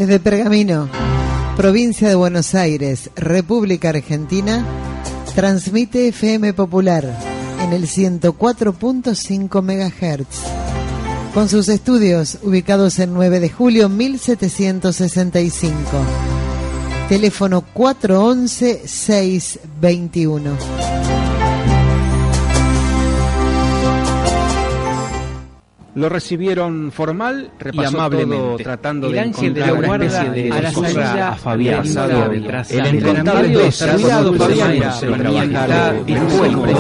Desde Pergamino, provincia de Buenos Aires, República Argentina, transmite FM Popular en el 104.5 MHz. Con sus estudios ubicados en 9 de julio 1765. Teléfono 411-621. Lo recibieron formal y amablemente, tratando el de ángel de la encontrar guarda una especie de a la salida a Fabián, el incontable desarrollado Fabián trabajar el puente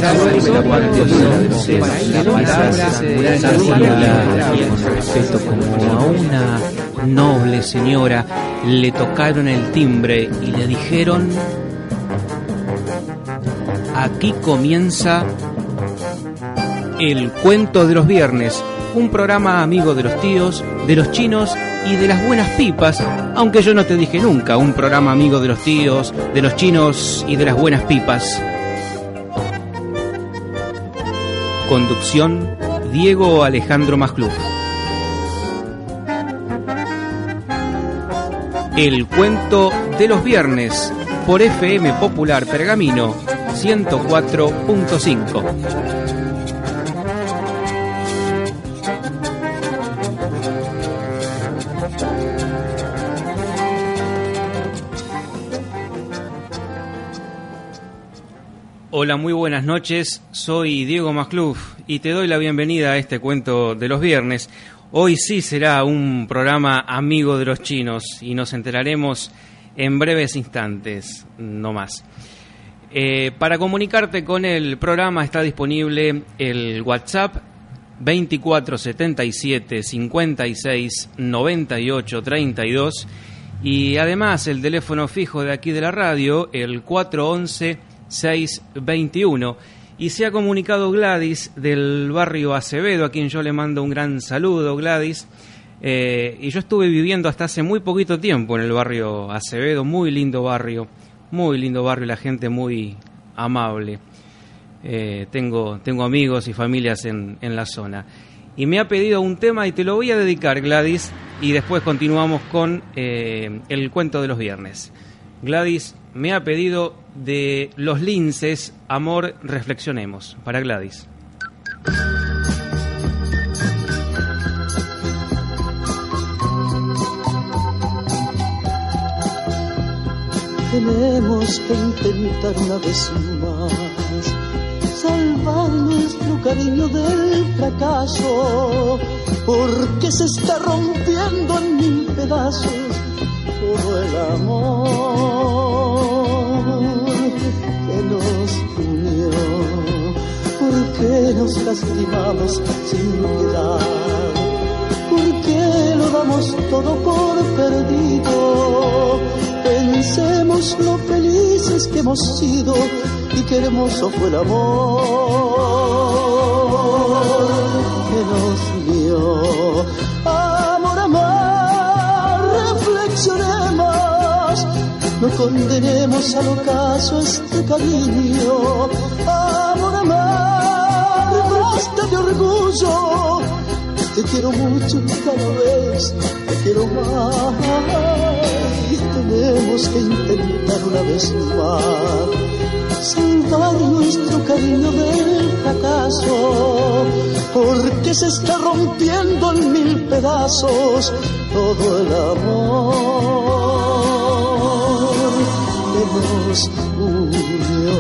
con respeto como a una noble señora. Le tocaron el timbre y le dijeron: aquí comienza El Cuento de los Viernes, un programa amigo de los tíos, de los chinos y de las buenas pipas, aunque yo no te dije nunca, un programa amigo de los tíos, de los chinos y de las buenas pipas. Conducción: Diego Alejandro Mascluf. El Cuento de los Viernes, por FM Popular Pergamino 104.5. Hola, muy buenas noches, soy Diego Mascluf y te doy la bienvenida a este Cuento de los Viernes. Hoy sí será un programa amigo de los chinos y nos enteraremos en breves instantes, no más. Para comunicarte con el programa está disponible el WhatsApp 2477 56 98 32 y además el teléfono fijo de aquí de la radio, el 411-621. Y se ha comunicado Gladys del barrio Acevedo, a quien yo le mando un gran saludo, Gladys. Y yo estuve viviendo hasta hace muy poquito tiempo en el barrio Acevedo, muy lindo barrio, la gente muy amable. Tengo amigos y familias en la zona. Y me ha pedido un tema y te lo voy a dedicar, Gladys, y después continuamos con el Cuento de los Viernes. Gladys me ha pedido de Los Linces, Amor, reflexionemos, para Gladys. Tenemos que intentar una vez más salvar nuestro cariño del fracaso, porque se está rompiendo en mil pedazos todo el amor que nos unió, porque nos lastimamos sin piedad, porque lo damos todo por perdido. Pensemos lo felices que hemos sido y qué hermoso fue el amor que nos dio. Amor, amar, reflexionemos, no condenemos al ocaso este cariño. Amor, amar, basta de orgullo, te quiero mucho y cada vez te quiero más. Tenemos que intentar una vez más salvar nuestro cariño del fracaso, porque se está rompiendo en mil pedazos todo el amor que nos unió.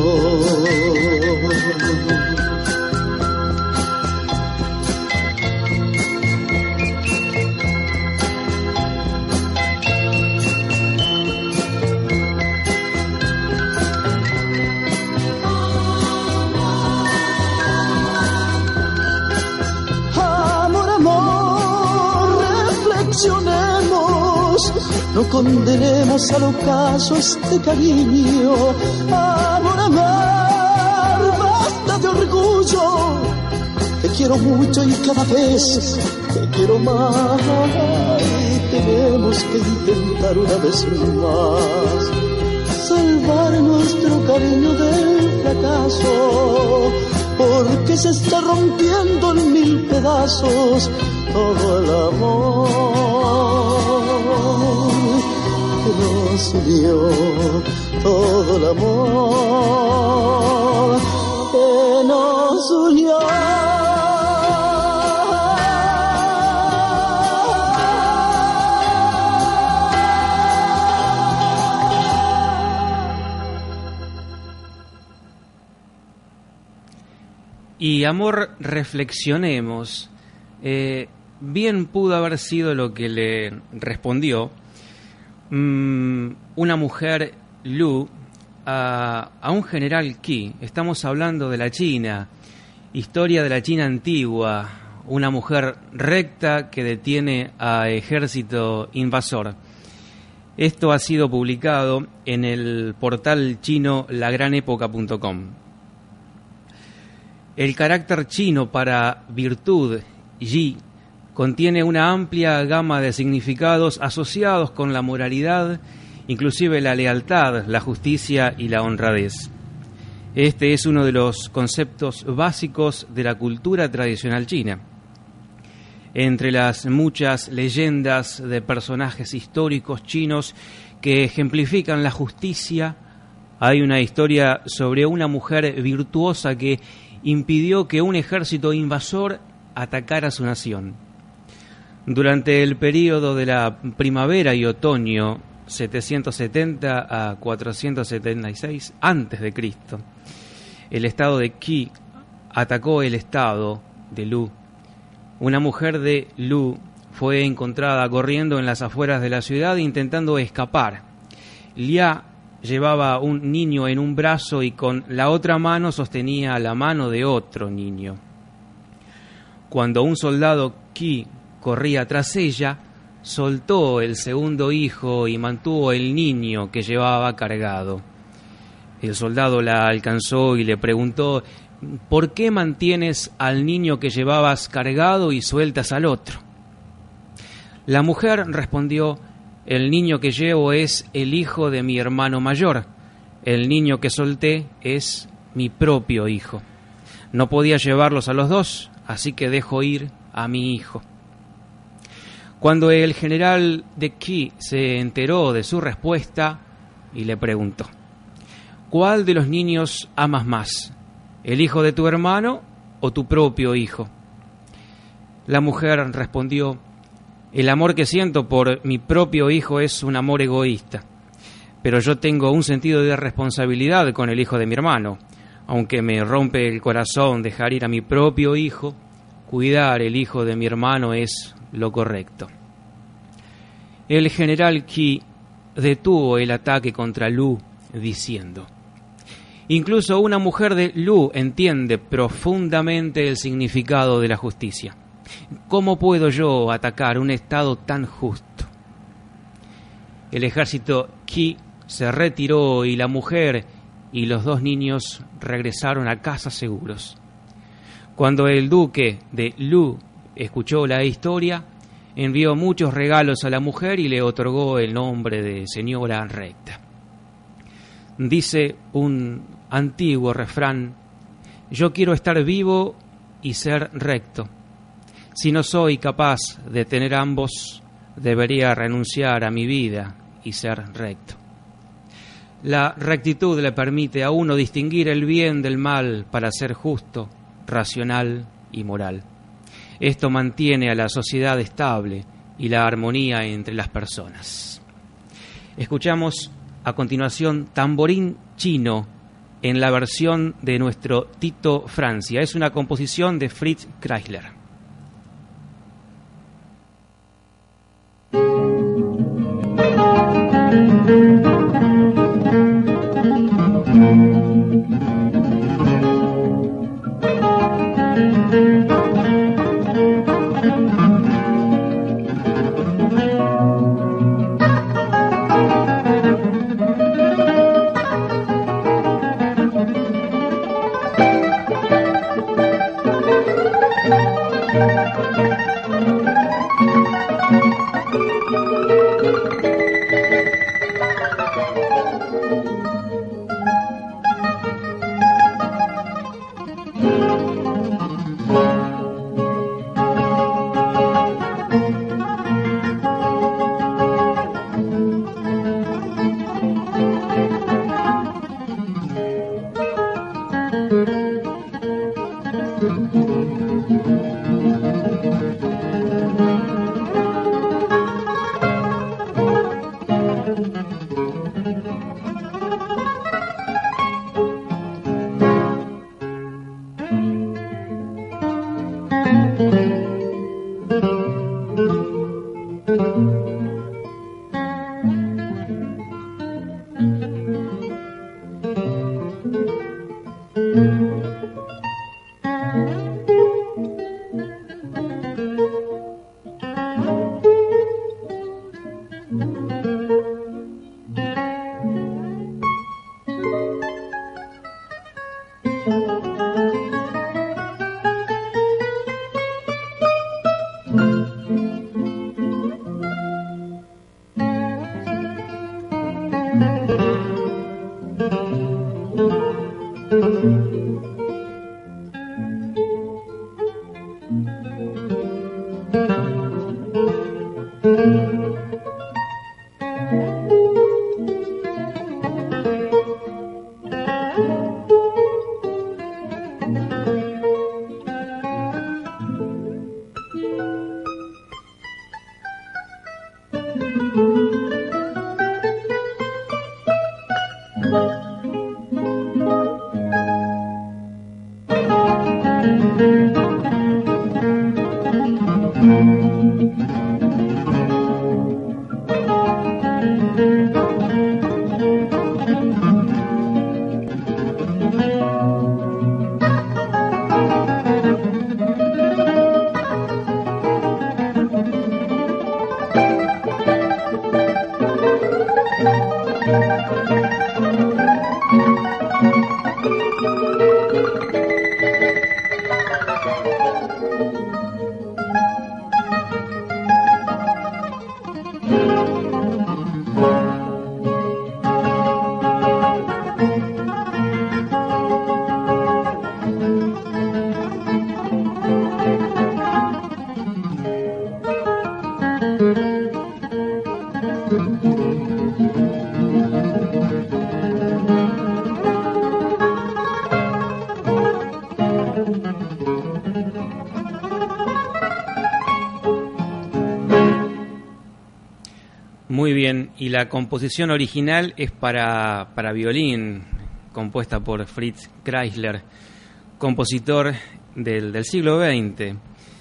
No condenemos al ocaso este cariño. Amor, amar, basta de orgullo, te quiero mucho y cada vez te quiero más. Tenemos que intentar una vez más salvar nuestro cariño del fracaso, porque se está rompiendo en mil pedazos todo el amor consumió todo el amor que nos unió. Y amor, reflexionemos. Bien pudo haber sido lo que le respondió una mujer, Lu, a un general Qi. Estamos hablando de la China, historia de la China antigua, una mujer recta que detiene a ejército invasor. Esto ha sido publicado en el portal chino lagranepoca.com. El carácter chino para virtud, yi, contiene una amplia gama de significados asociados con la moralidad, inclusive la lealtad, la justicia y la honradez. Este es uno de los conceptos básicos de la cultura tradicional china. Entre las muchas leyendas de personajes históricos chinos que ejemplifican la justicia, hay una historia sobre una mujer virtuosa que impidió que un ejército invasor atacara su nación. Durante el período de la primavera y otoño 770 a 476 a.C., el estado de Qi atacó el estado de Lu. Una mujer de Lu fue encontrada corriendo en las afueras de la ciudad intentando escapar. Lia llevaba un niño en un brazo y con la otra mano sostenía la mano de otro niño. Cuando un soldado Qi corría tras ella, soltó el segundo hijo y mantuvo el niño que llevaba cargado. El soldado la alcanzó y le preguntó: ¿por qué mantienes al niño que llevabas cargado y sueltas al otro? La mujer respondió: el niño que llevo es el hijo de mi hermano mayor. El niño que solté es mi propio hijo. No podía llevarlos a los dos, así que dejo ir a mi hijo. Cuando el general de Qi se enteró de su respuesta y le preguntó: ¿cuál de los niños amas más? ¿El hijo de tu hermano o tu propio hijo? La mujer respondió: el amor que siento por mi propio hijo es un amor egoísta, pero yo tengo un sentido de responsabilidad con el hijo de mi hermano. Aunque me rompe el corazón dejar ir a mi propio hijo, cuidar el hijo de mi hermano es lo correcto. El general Qi detuvo el ataque contra Lu diciendo: incluso una mujer de Lu entiende profundamente el significado de la justicia. ¿Cómo puedo yo atacar un estado tan justo? El ejército Qi se retiró y la mujer y los dos niños regresaron a casa seguros. Cuando el duque de Lu escuchó la historia, envió muchos regalos a la mujer y le otorgó el nombre de señora recta. Dice un antiguo refrán: yo quiero estar vivo y ser recto. Si no soy capaz de tener ambos, debería renunciar a mi vida y ser recto. La rectitud le permite a uno distinguir el bien del mal para ser justo, racional y moral. Esto mantiene a la sociedad estable y la armonía entre las personas. Escuchamos a continuación Tamborín Chino en la versión de nuestro Tito Francia. Es una composición de Fritz Kreisler. Muy bien, y la composición original es para violín, compuesta por Fritz Kreisler, compositor del siglo XX,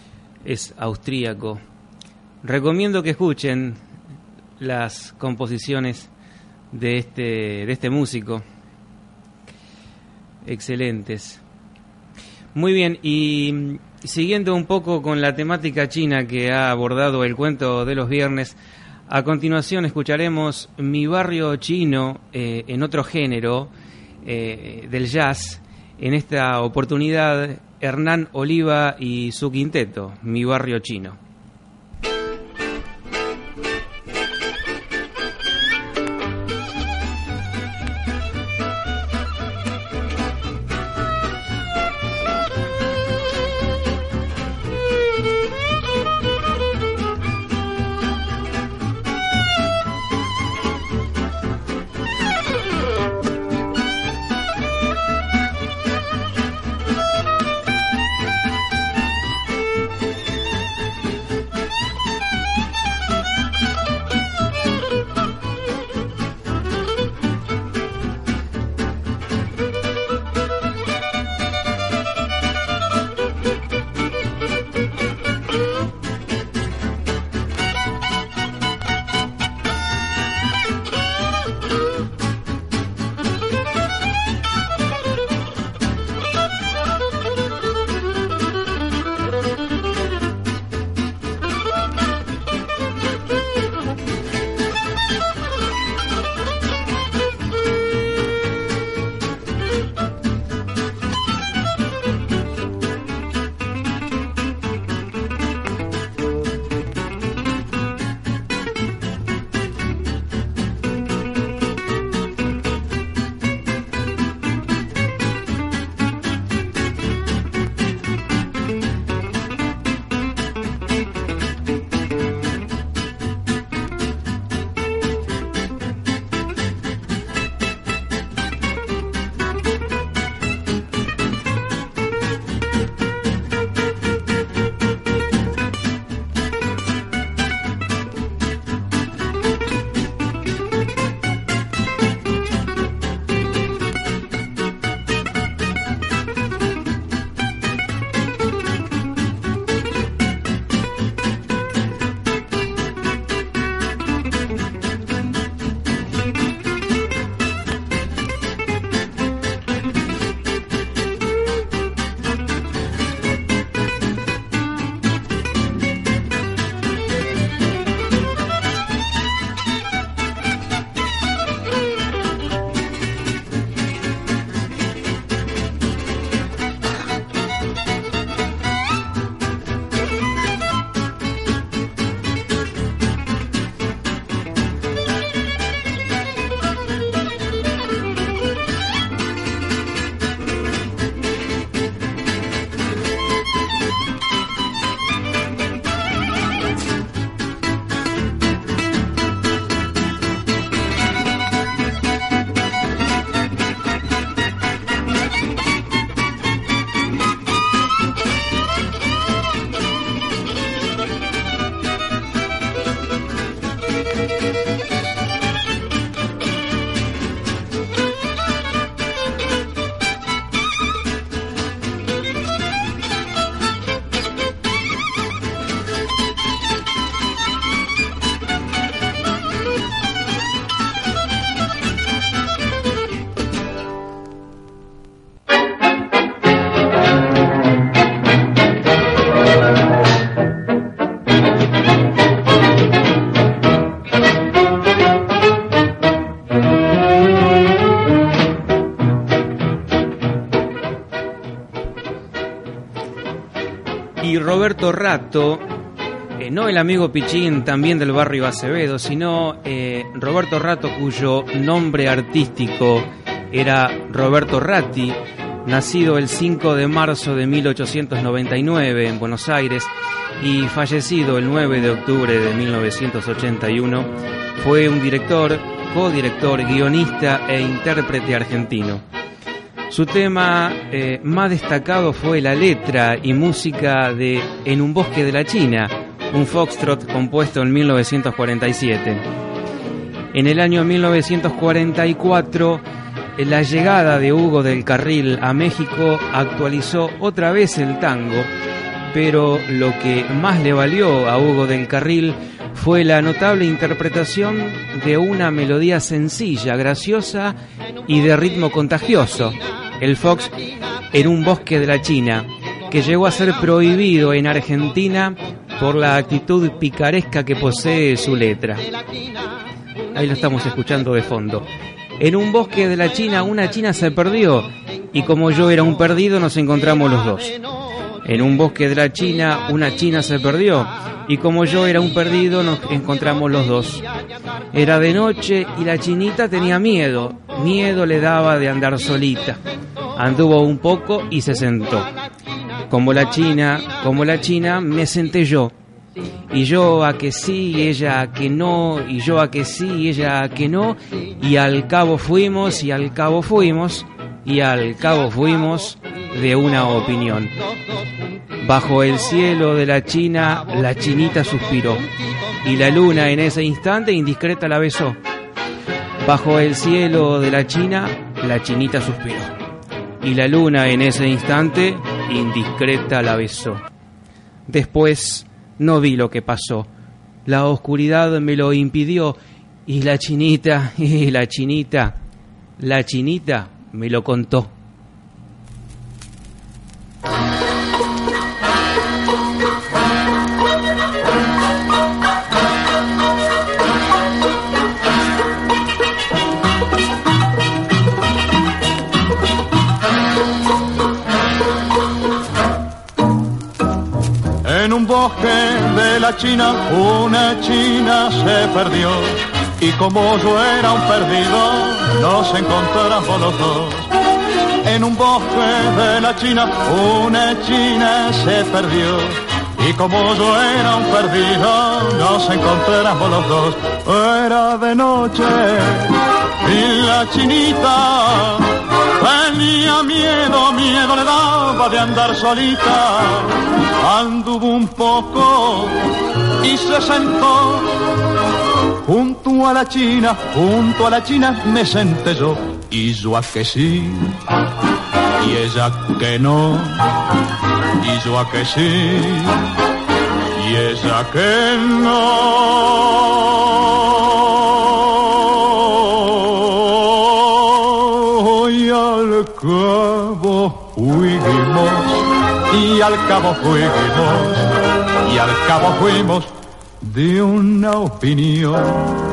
es austríaco. Recomiendo que escuchen las composiciones de este músico, excelentes. Muy bien, y siguiendo un poco con la temática china que ha abordado el cuento de los viernes, a continuación escucharemos Mi Barrio Chino en otro género del jazz. En esta oportunidad, Hernán Oliva y su quinteto, Mi Barrio Chino. Roberto Rato, no el amigo Pichín también del barrio Acevedo, sino Roberto Rato, cuyo nombre artístico era Roberto Ratti, nacido el 5 de marzo de 1899 en Buenos Aires y fallecido el 9 de octubre de 1981, fue un director, codirector, guionista e intérprete argentino. Su tema más destacado fue la letra y música de En un bosque de la China, un foxtrot compuesto en 1947. En el año 1944, la llegada de Hugo del Carril a México actualizó otra vez el tango, pero lo que más le valió a Hugo del Carril fue la notable interpretación de una melodía sencilla, graciosa y de ritmo contagioso, el fox En un bosque de la China, que llegó a ser prohibido en Argentina por la actitud picaresca que posee su letra. Ahí lo estamos escuchando de fondo. En un bosque de la China, una china se perdió, y como yo era un perdido, nos encontramos los dos. En un bosque de la China, una china se perdió, y como yo era un perdido, nos encontramos los dos. Era de noche y la chinita tenía miedo le daba de andar solita. Anduvo un poco y se sentó. Como la china, me senté yo. Y yo a que sí, y ella a que no, y yo a que sí, y ella a que no, y al cabo fuimos, y al cabo fuimos, y al cabo fuimos de una opinión. Bajo el cielo de la China, la chinita suspiró, y la luna en ese instante indiscreta la besó. Bajo el cielo de la China, la chinita suspiró, y la luna en ese instante indiscreta la besó. Después no vi lo que pasó, la oscuridad me lo impidió, y la chinita me lo contó. En un bosque de la China, una china se perdió, y como yo era un perdido, nos encontramos los dos. En un bosque de la China, una china se perdió, y como yo era un perdido, nos encontramos los dos. Era de noche y la chinita tenía miedo le daba de andar solita. Anduvo un poco y se sentó junto a la china me senté yo. Y yo a que sí, y ella que no, y yo a que sí, y ella que no. Y al cabo fuimos, y al cabo fuimos, y al cabo fuimos de una opinión.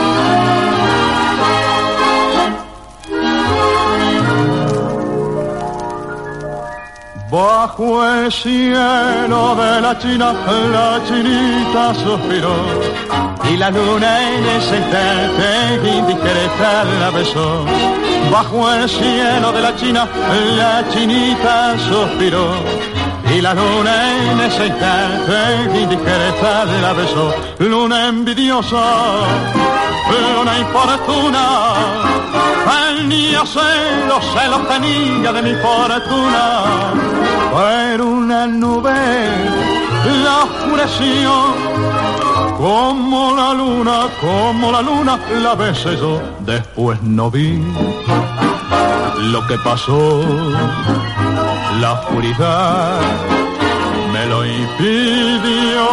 Bajo el cielo de la China, la chinita suspiró, y la luna en ese instante indiscreta la besó. Bajo el cielo de la China, la chinita suspiró, y la luna en ese instante indiscreta la besó. Luna envidiosa, luna infortuna, tenía celos tenía de mi fortuna, pero una nube la oscureció, como la luna la besé yo. Después no vi lo que pasó, la oscuridad me lo impidió.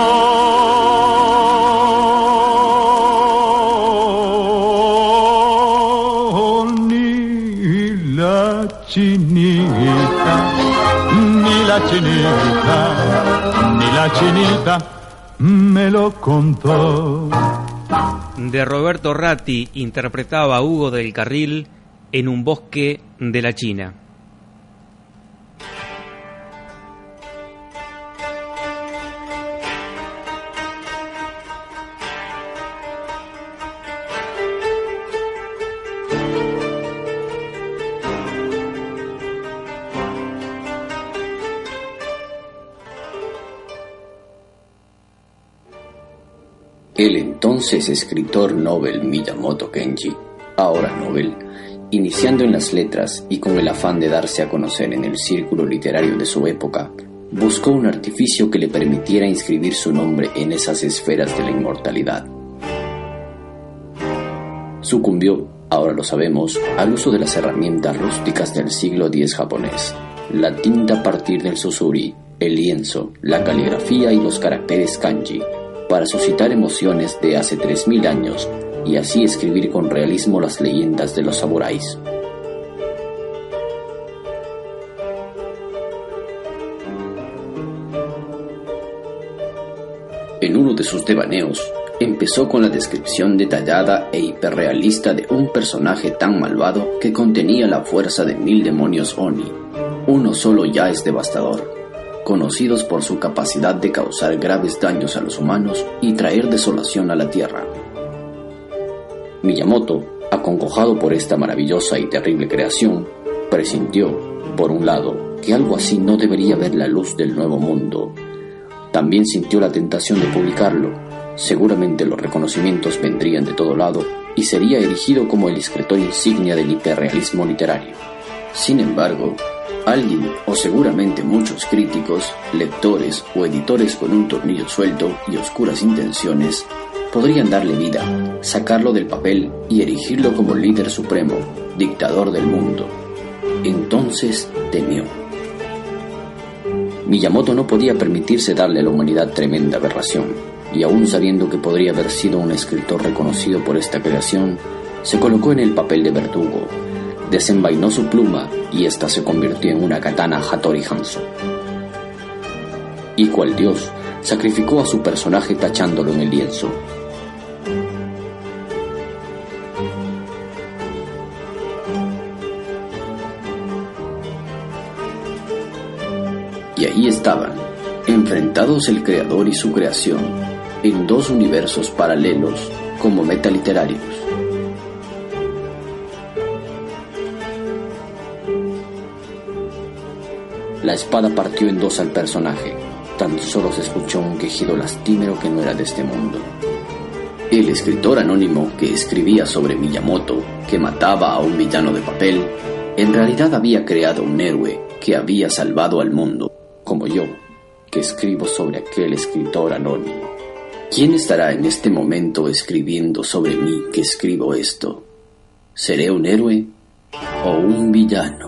Ni la chinita me lo contó. De Roberto Ratti interpretaba a Hugo del Carril En un bosque de la China. El entonces escritor Nobel Miyamoto Kenji, ahora Nobel, iniciando en las letras y con el afán de darse a conocer en el círculo literario de su época, buscó un artificio que le permitiera inscribir su nombre en esas esferas de la inmortalidad. Sucumbió, ahora lo sabemos, al uso de las herramientas rústicas del siglo X japonés, la tinta a partir del susuri, el lienzo, la caligrafía y los caracteres kanji, para suscitar emociones de hace 3000 años y así escribir con realismo las leyendas de los samuráis. En uno de sus devaneos, empezó con la descripción detallada e hiperrealista de un personaje tan malvado que contenía la fuerza de 1000 demonios Oni. Uno solo ya es devastador, conocidos por su capacidad de causar graves daños a los humanos y traer desolación a la tierra. Miyamoto, acongojado por esta maravillosa y terrible creación, presintió, por un lado, que algo así no debería ver la luz del nuevo mundo. También sintió la tentación de publicarlo. Seguramente los reconocimientos vendrían de todo lado y sería erigido como el escritor insignia del hiperrealismo literario. Sin embargo, alguien, o seguramente muchos críticos, lectores o editores con un tornillo suelto y oscuras intenciones, podrían darle vida, sacarlo del papel y erigirlo como líder supremo, dictador del mundo. Entonces temió. Miyamoto no podía permitirse darle a la humanidad tremenda aberración, y aún sabiendo que podría haber sido un escritor reconocido por esta creación, se colocó en el papel de verdugo, desenvainó su pluma y ésta se convirtió en una katana Hattori Hanzo. Y cual dios, sacrificó a su personaje tachándolo en el lienzo. Y ahí estaban, enfrentados el creador y su creación, en dos universos paralelos como metaliterarios. La espada partió en dos al personaje, tan solo se escuchó un quejido lastimero que no era de este mundo. El escritor anónimo que escribía sobre Miyamoto, que mataba a un villano de papel, en realidad había creado un héroe que había salvado al mundo, como yo, que escribo sobre aquel escritor anónimo. ¿Quién estará en este momento escribiendo sobre mí que escribo esto? ¿Seré un héroe o un villano?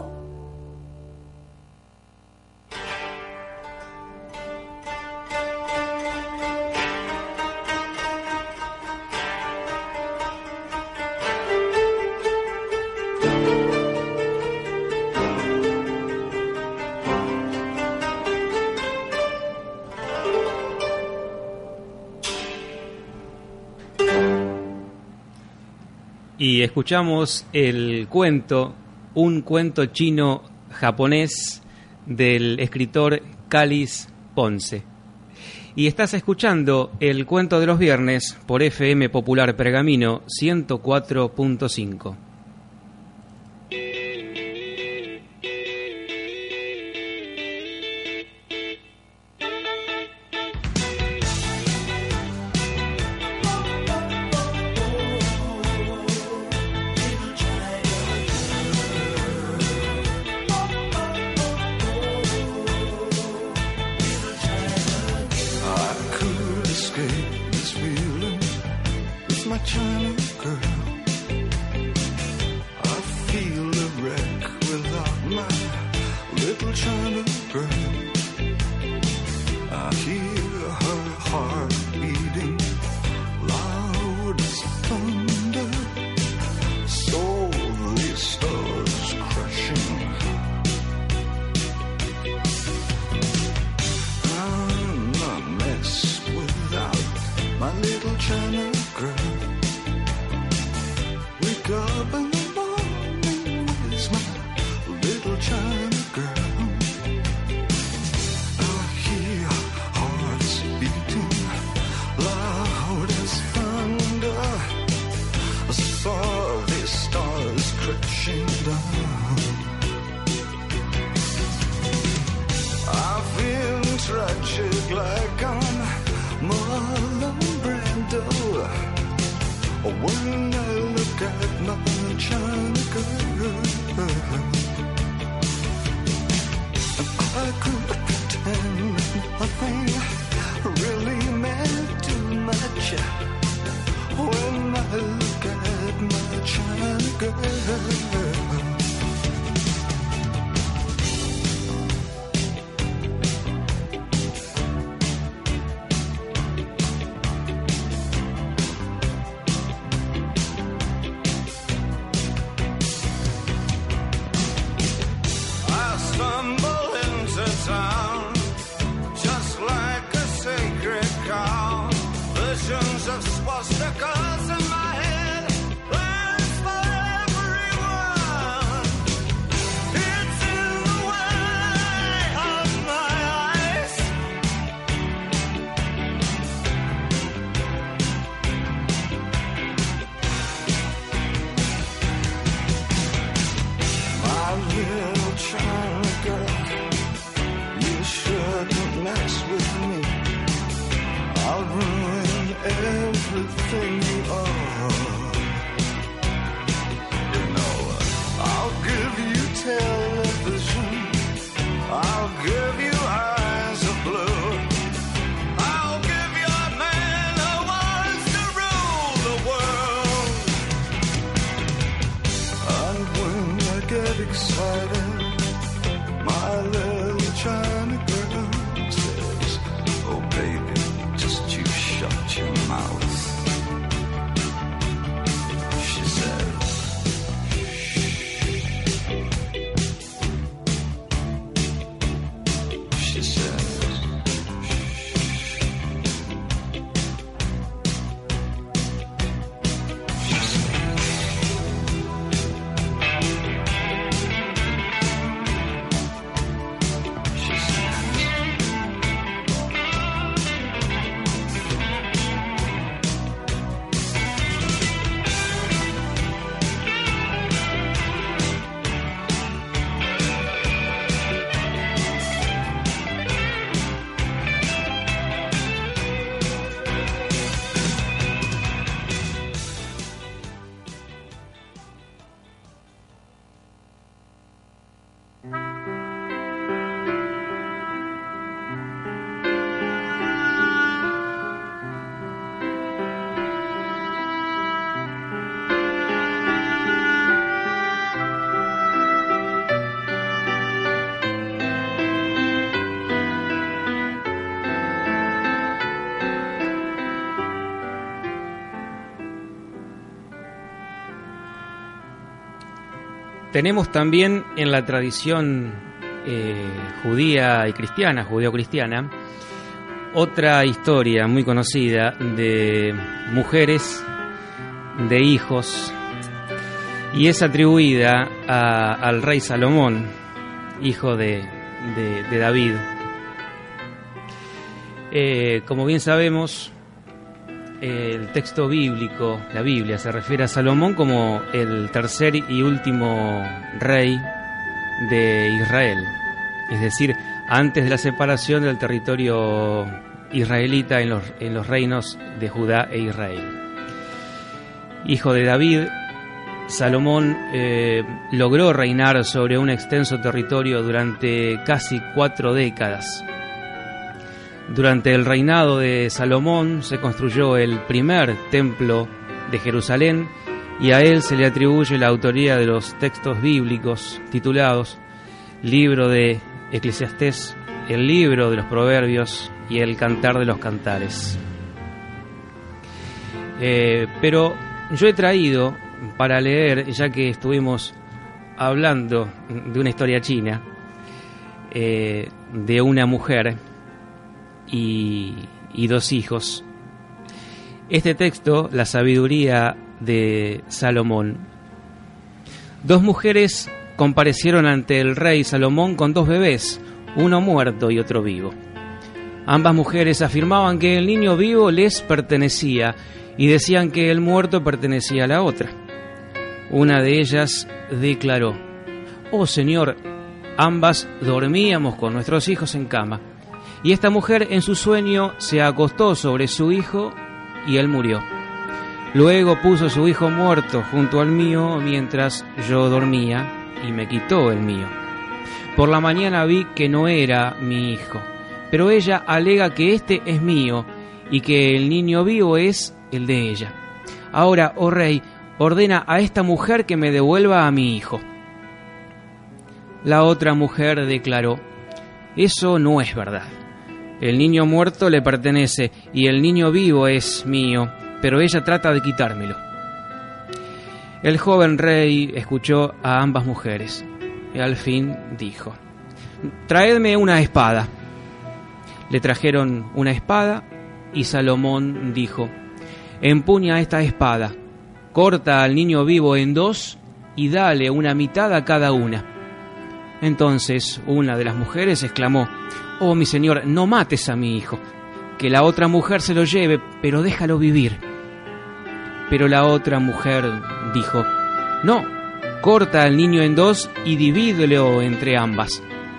Y escuchamos el cuento, un cuento chino-japonés del escritor Cáliz Ponce. Y estás escuchando el cuento de los viernes por FM Popular Pergamino 104.5. Tragic like I'm Marlon Brando. when I look at my China girl. I could pretend nothing really meant too much when I look at my China girl. Tenemos también en la tradición judía y cristiana, judeo-cristiana, otra historia muy conocida de mujeres, de hijos, y es atribuida al rey Salomón, hijo de David. Como bien sabemos, el texto bíblico, la Biblia, se refiere a Salomón como el tercer y último rey de Israel, es decir, antes de la separación del territorio israelita en los reinos de Judá e Israel. Hijo de David, Salomón logró reinar sobre un extenso territorio durante casi 4 décadas. Durante el reinado de Salomón se construyó el primer templo de Jerusalén y a él se le atribuye la autoría de los textos bíblicos titulados Libro de Eclesiastés, el Libro de los Proverbios y el Cantar de los Cantares. Pero yo he traído para leer, ya que estuvimos hablando de una historia china, de una mujer y 2 hijos, este texto, la sabiduría de Salomón. 2 mujeres comparecieron ante el rey Salomón con 2 bebés, uno muerto y otro vivo. Ambas mujeres afirmaban que el niño vivo les pertenecía y decían que el muerto pertenecía a la otra. Una de ellas declaró: «Oh Señor, ambas dormíamos con nuestros hijos en cama, y esta mujer en su sueño se acostó sobre su hijo y él murió. Luego puso su hijo muerto junto al mío mientras yo dormía y me quitó el mío. Por la mañana vi que no era mi hijo, pero ella alega que este es mío y que el niño vivo es el de ella. Ahora, oh rey, ordena a esta mujer que me devuelva a mi hijo. La otra mujer declaró: eso no es verdad. El niño muerto le pertenece y el niño vivo es mío, pero ella trata de quitármelo. El joven rey escuchó a ambas mujeres y al fin dijo: traedme una espada. Le trajeron una espada y Salomón dijo: empuña esta espada, corta al niño vivo en dos y dale una mitad a cada una. Entonces una de las mujeres exclamó: oh, mi señor, no mates a mi hijo, que la otra mujer se lo lleve, pero déjalo vivir. Pero la otra mujer dijo: no, corta al niño en dos y divídelo entre ambas.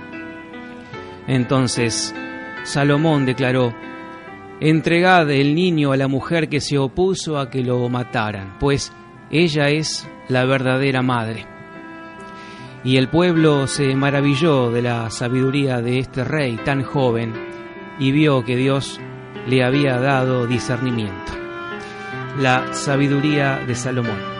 Entonces Salomón declaró: entregad el niño a la mujer que se opuso a que lo mataran, pues ella es la verdadera madre. Y el pueblo se maravilló de la sabiduría de este rey tan joven y vio que Dios le había dado discernimiento. La sabiduría de Salomón.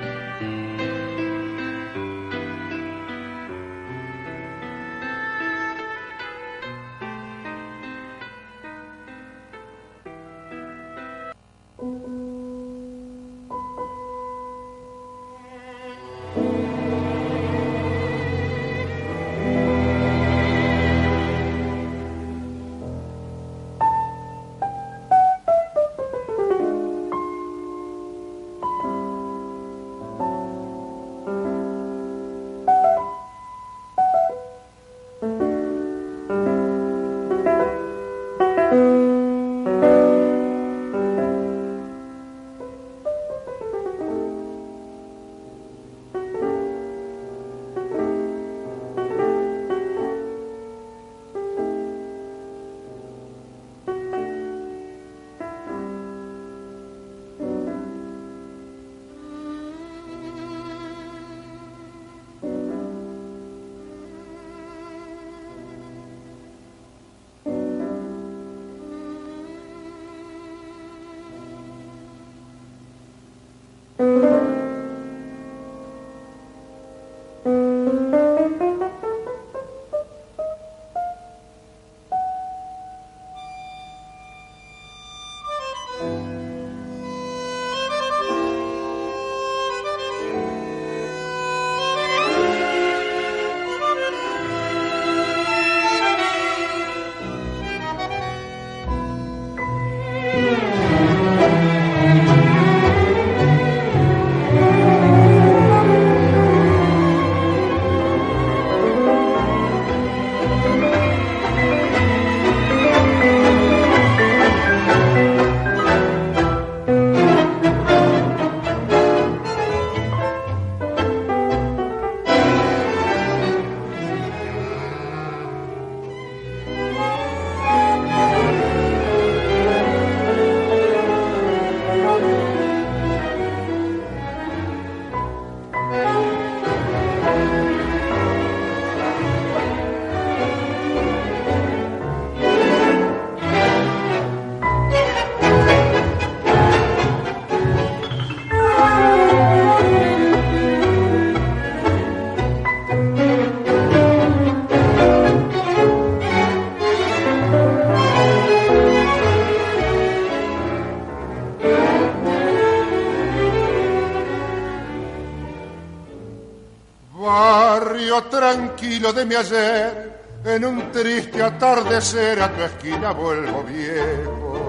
Tranquilo de mi ayer, en un triste atardecer a tu esquina vuelvo viejo,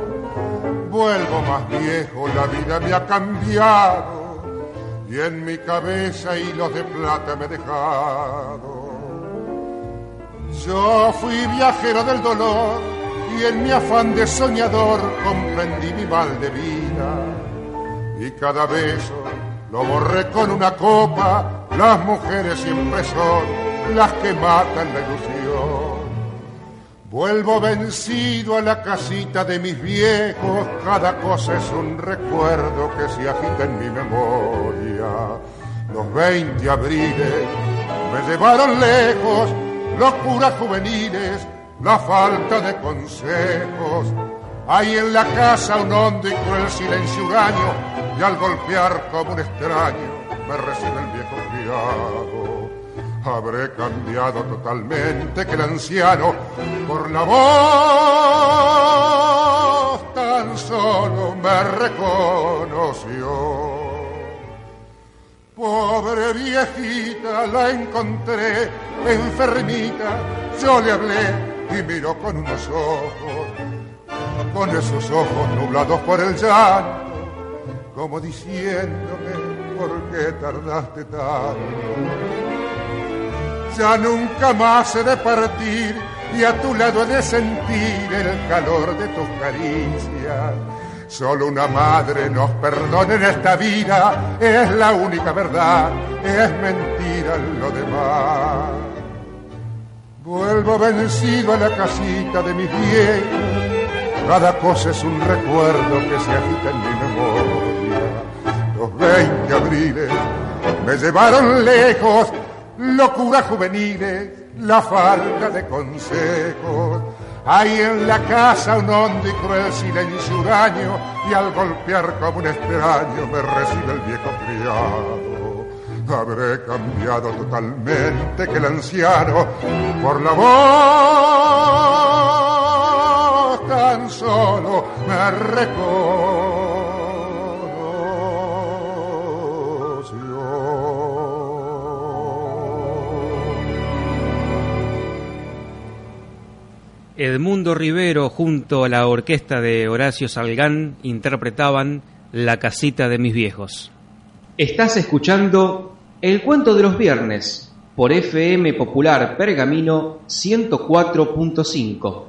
vuelvo más viejo, la vida me ha cambiado y en mi cabeza hilos de plata me he dejado. Yo fui viajero del dolor y en mi afán de soñador comprendí mi mal de vida y cada beso lo borré con una copa. Las mujeres siempre son las que matan la ilusión. Vuelvo vencido a la casita de mis viejos, cada cosa es un recuerdo que se agita en mi memoria. Los 20 abriles me llevaron lejos, locuras juveniles, la falta de consejos. Hay en la casa un hondo y cruel silencio huraño, y al golpear como un extraño me recibe el viejo criado. Habré cambiado totalmente que el anciano por la voz tan solo me reconoció. Pobre viejita, la encontré enfermita, yo le hablé y miró con unos ojos, con esos ojos nublados por el llanto, como diciéndome, ¿por qué tardaste tanto? Ya nunca más he de partir y a tu lado he de sentir el calor de tus caricias. Solo una madre nos perdona en esta vida, es la única verdad, es mentira lo demás. Vuelvo vencido a la casita de mis viejos, cada cosa es un recuerdo que se agita en mi memoria. Los 20 abriles me llevaron lejos, locuras juveniles, la falta de consejos. Hay en la casa un hondo y cruel silencio huraño, y al golpear como un extraño me recibe el viejo criado. Habré cambiado totalmente que el anciano por la voz tan solo me reconoció. Edmundo Rivero junto a la orquesta de Horacio Salgán interpretaban La casita de mis viejos. Estás escuchando El cuento de los viernes por FM Popular Pergamino 104.5.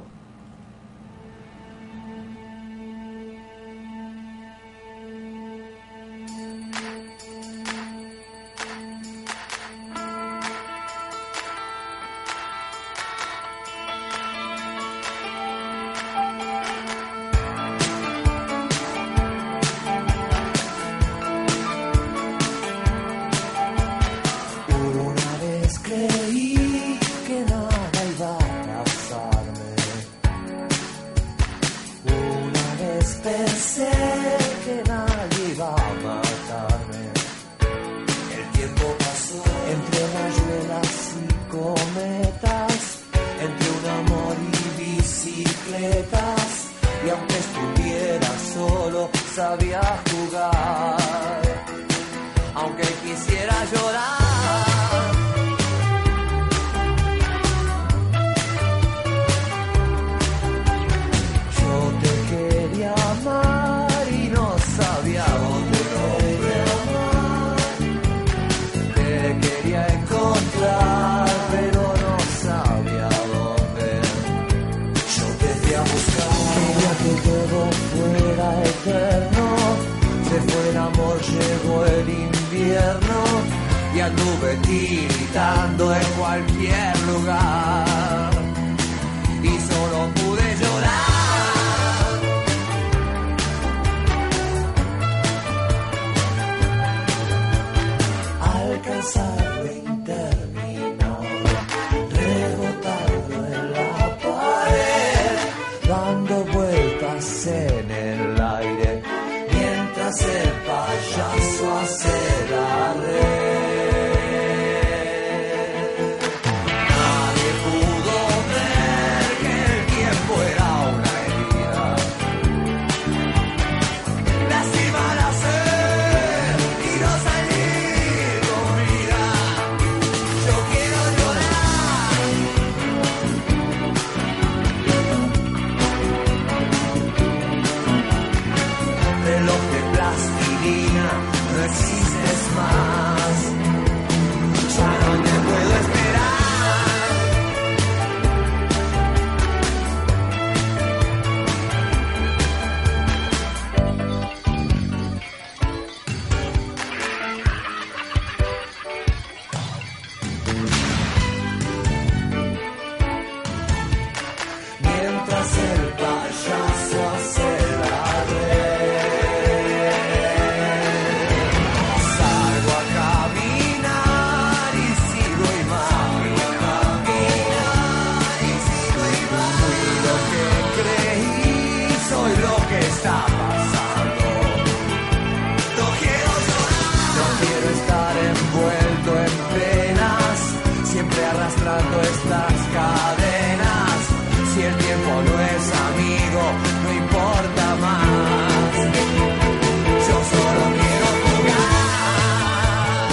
envuelto en penas, siempre arrastrando estas cadenas. Si el tiempo no es amigo, no importa más. Yo solo quiero jugar.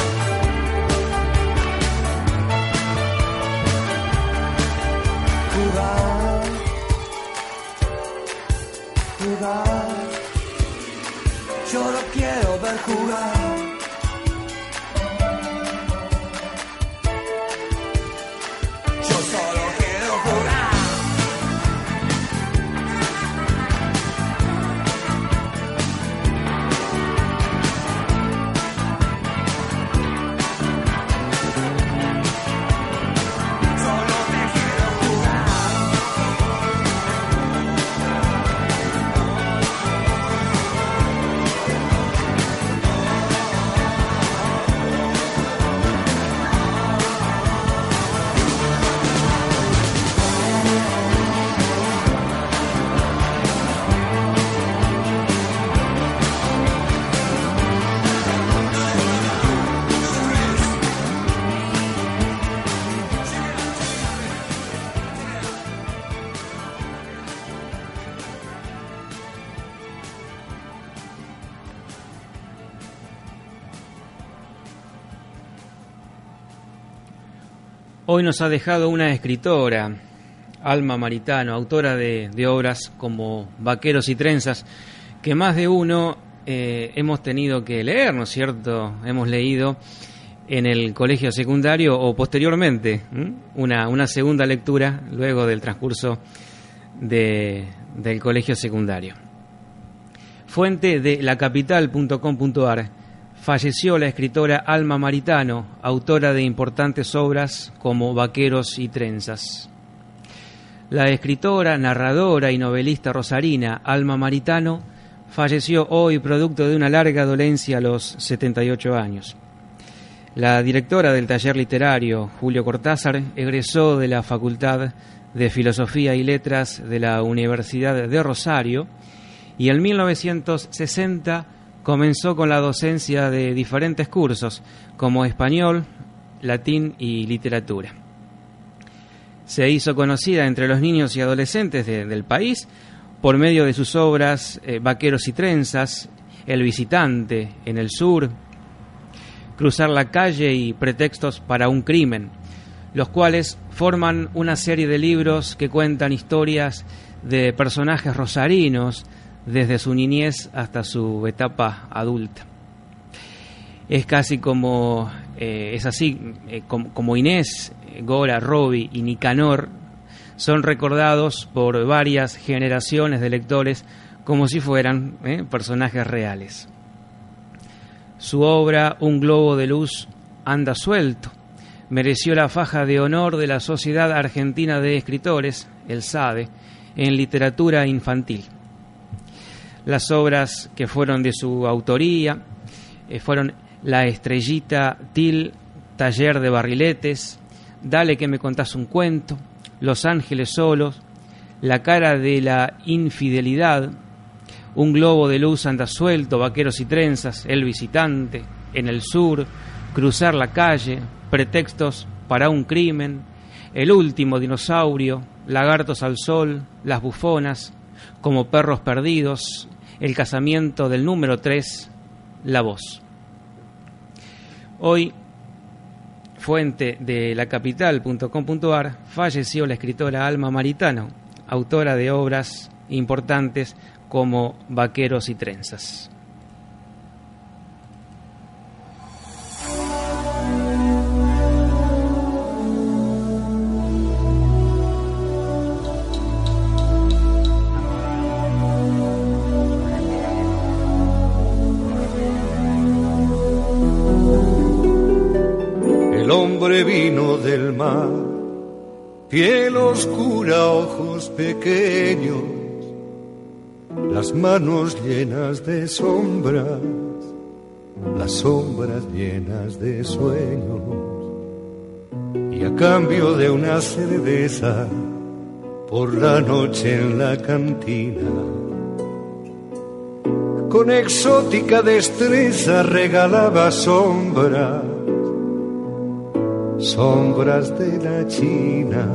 Jugar. Jugar. Yo lo quiero ver jugar. Yo solo quiero jugar. Solo te quiero jugar. Hoy nos ha dejado una escritora, Alma Maritano, autora de obras como Vaqueros y Trenzas, que más de uno hemos tenido que leer, ¿no es cierto? Hemos leído en el colegio secundario o posteriormente, una segunda lectura luego del transcurso del colegio secundario. Fuente de lacapital.com.ar. Falleció la escritora Alma Maritano, autora de importantes obras como Vaqueros y Trenzas. La escritora, narradora y novelista rosarina Alma Maritano falleció hoy producto de una larga dolencia a los 78 años. La directora del taller literario, Julio Cortázar, egresó de la Facultad de Filosofía y Letras de la Universidad de Rosario y en 1960 comenzó con la docencia de diferentes cursos, como español, latín y literatura. Se hizo conocida entre los niños y adolescentes del país por medio de sus obras Vaqueros y Trenzas, El visitante en el sur, Cruzar la calle y Pretextos para un crimen, los cuales forman una serie de libros que cuentan historias de personajes rosarinos, desde su niñez hasta su etapa adulta. Es casi como, como Inés, Gora, Roby y Nicanor son recordados por varias generaciones de lectores como si fueran personajes reales. Su obra, Un globo de luz anda suelto, mereció la faja de honor de la Sociedad Argentina de Escritores, el SADE, en literatura infantil. Las obras que fueron de su autoría fueron La estrellita, Til, Taller de barriletes, Dale que me contás un cuento, Los ángeles solos, La cara de la infidelidad, Un globo de luz anda suelto, Vaqueros y Trenzas, El visitante, En el sur, Cruzar la calle, Pretextos para un crimen, El último dinosaurio, Lagartos al sol, Las bufonas, Como perros perdidos, El casamiento del número 3, La voz. Hoy, fuente de lacapital.com.ar, falleció la escritora Alma Maritano, autora de obras importantes como Vaqueros y Trenzas. El hombre vino del mar, piel oscura, ojos pequeños, las manos llenas de sombras, las sombras llenas de sueños, y a cambio de una cerveza por la noche en la cantina, con exótica destreza regalaba sombras, sombras de la China.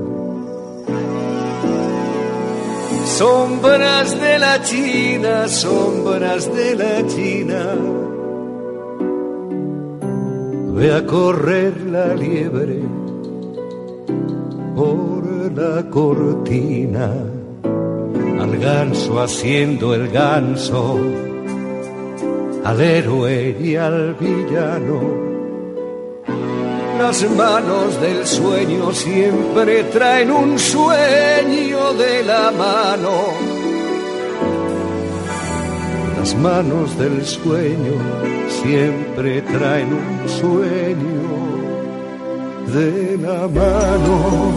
Sombras de la China, sombras de la China. Ve a correr la liebre por la cortina, al ganso haciendo el ganso, al héroe y al villano. Las manos del sueño siempre traen un sueño de la mano. Las manos del sueño siempre traen un sueño de la mano.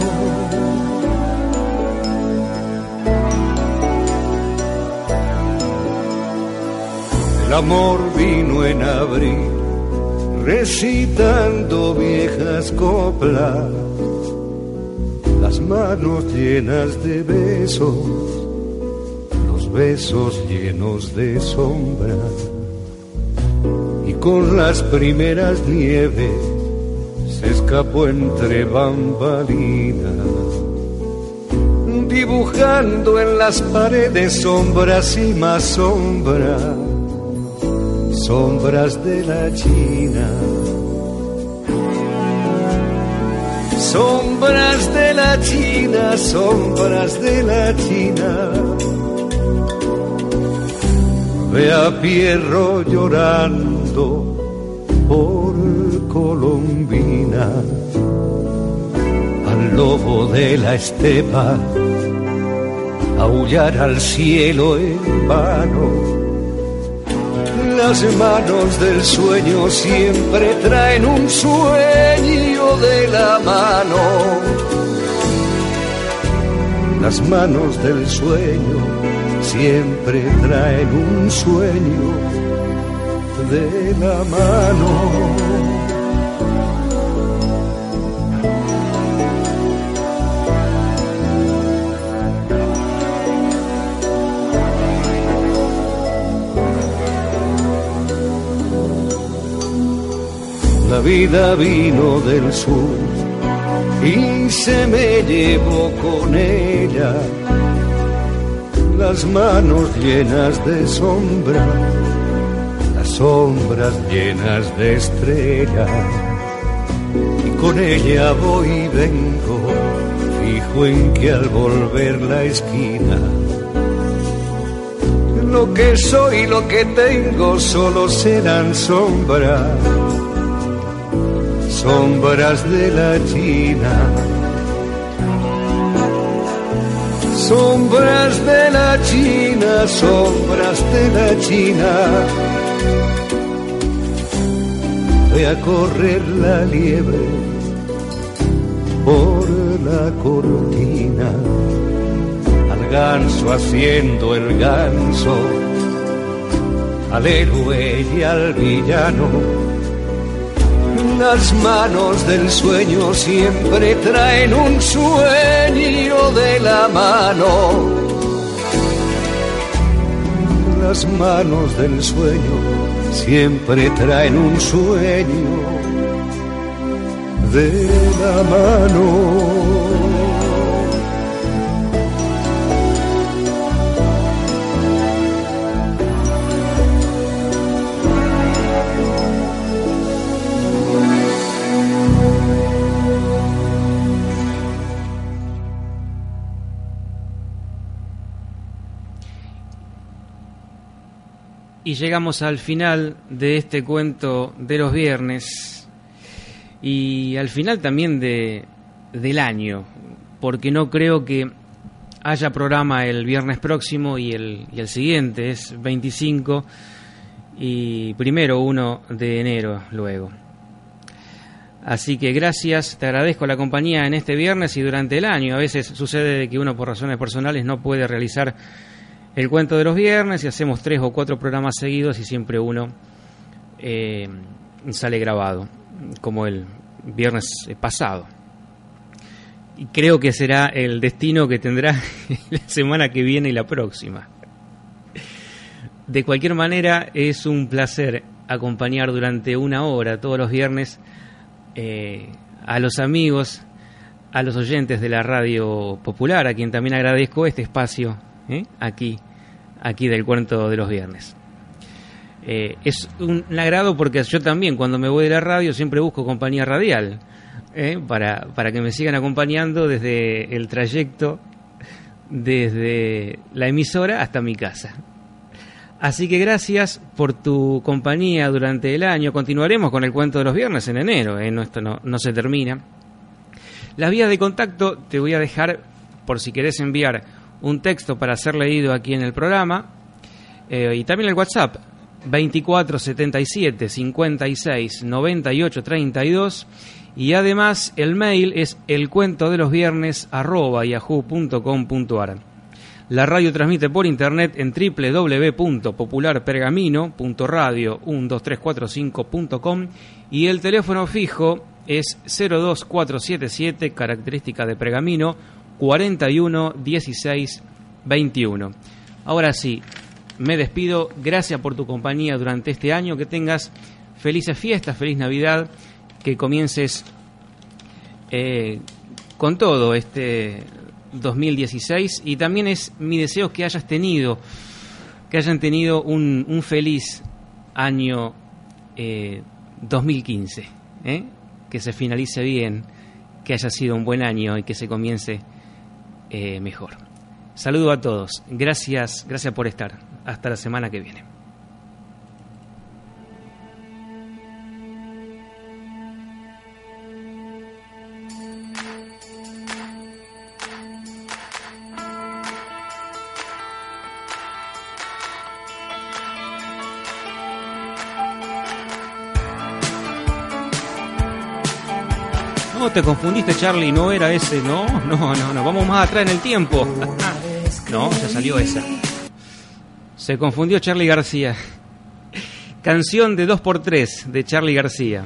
El amor vino en abril, recitando viejas coplas, las manos llenas de besos, los besos llenos de sombra, y con las primeras nieves se escapó entre bambalinas, dibujando en las paredes sombras y más sombras, sombras de la China. Sombras de la China, sombras de la China. Ve a Pierro llorando por Colombina, al lobo de la estepa, aullar al cielo en vano. Las manos del sueño siempre traen un sueño de la mano. Las manos del sueño siempre traen un sueño de la mano. La vida vino del sur y se me llevó con ella, las manos llenas de sombra, las sombras llenas de estrellas, y con ella voy y vengo, fijo en que al volver la esquina, lo que soy y lo que tengo solo serán sombras. Sombras de la China, sombras de la China, sombras de la China. Ve a correr la liebre por la cortina, al ganso haciendo el ganso, al héroe y al villano. Las manos del sueño siempre traen un sueño de la mano. Las manos del sueño siempre traen un sueño de la mano. Y llegamos al final de este cuento de los viernes y al final también del año, porque no creo que haya programa el viernes próximo y el siguiente es 25 y primero 1 de enero luego. Así que gracias, te agradezco la compañía en este viernes y durante el año. A veces sucede que uno por razones personales no puede realizar el cuento de los viernes y hacemos 3 o 4 programas seguidos y siempre uno sale grabado, como el viernes pasado. Y creo que será el destino que tendrá la semana que viene y la próxima. De cualquier manera, es un placer acompañar durante una hora todos los viernes a los amigos, a los oyentes de la Radio Popular, a quien también agradezco este espacio aquí del Cuento de los Viernes. Es un agrado porque yo también, cuando me voy de la radio, siempre busco compañía radial para que me sigan acompañando desde el trayecto, desde la emisora hasta mi casa. Así que gracias por tu compañía durante el año. Continuaremos con el Cuento de los Viernes en enero, esto no se termina. Las vías de contacto te voy a dejar por si querés enviar un texto para ser leído aquí en el programa, y también el WhatsApp 2477 56 98 32, y además el mail es elcuentodelosviernes@yahoo.com.ar. La radio transmite por internet en www.popularpergamino.radio12345.com y el teléfono fijo es 02477, característica de Pergamino, 41 16 21. Ahora sí, me despido. Gracias por tu compañía durante este año. Que tengas felices fiestas, feliz Navidad, que comiences con todo este 2016, y también es mi deseo que hayan tenido un feliz año 2015, que se finalice bien, que haya sido un buen año y que se comience mejor. Saludo a todos, gracias por estar. Hasta la semana que viene. No, te confundiste, Charlie, no era ese, no, vamos más atrás en el tiempo. No, ya salió esa. Se confundió Charly García. Canción de 2x3 de Charly García.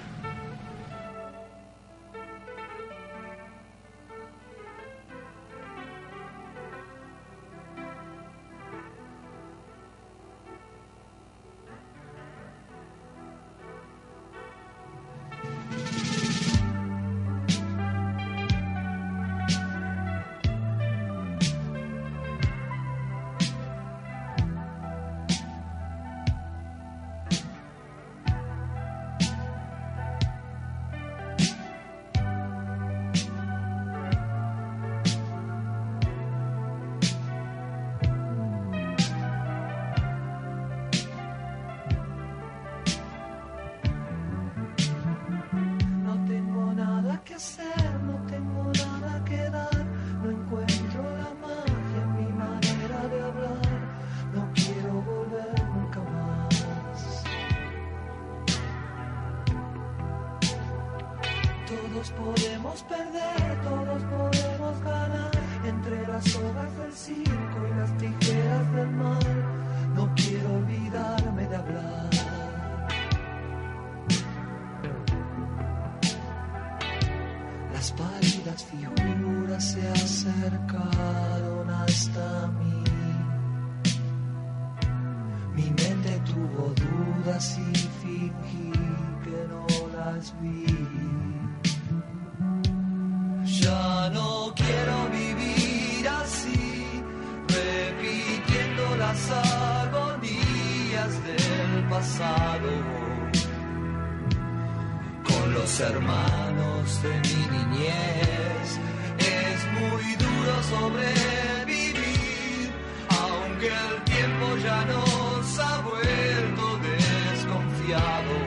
Todos podemos perder, todos podemos ganar. Entre las sogas del circo y las tijeras del mar, no quiero olvidarme de hablar. Las pálidas figuras se acercaron hasta mí. Mi mente tuvo dudas y fingí que no las vi. Ya no quiero vivir así, repitiendo las agonías del pasado. Con los hermanos de mi niñez es muy duro sobrevivir, aunque el tiempo ya nos ha vuelto desconfiados.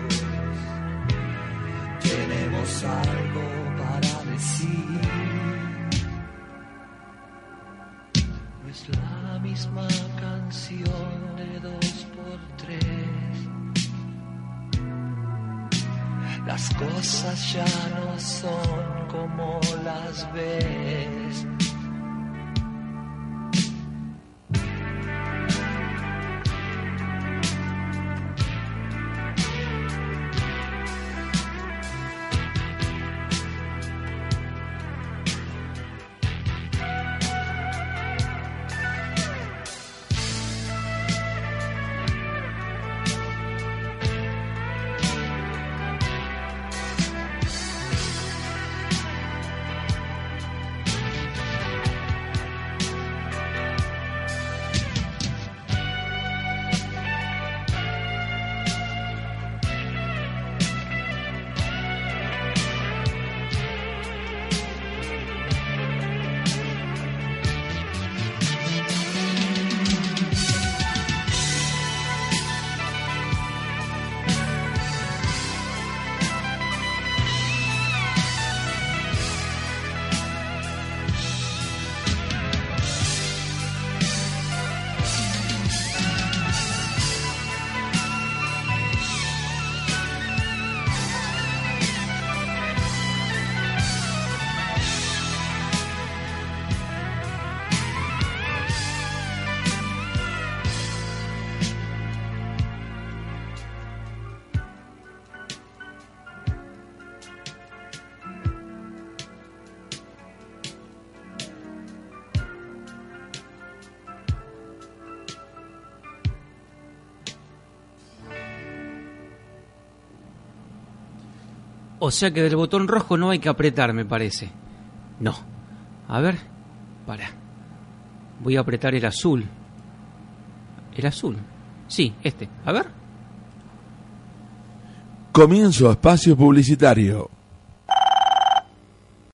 Tenemos algo para decir. No es la misma canción de 2x3. Las cosas ya no son como las ves. O sea que del botón rojo no hay que apretar, me parece. No. A ver, para. Voy a apretar el azul. ¿El azul? Sí, este. A ver. Comienzo espacio publicitario.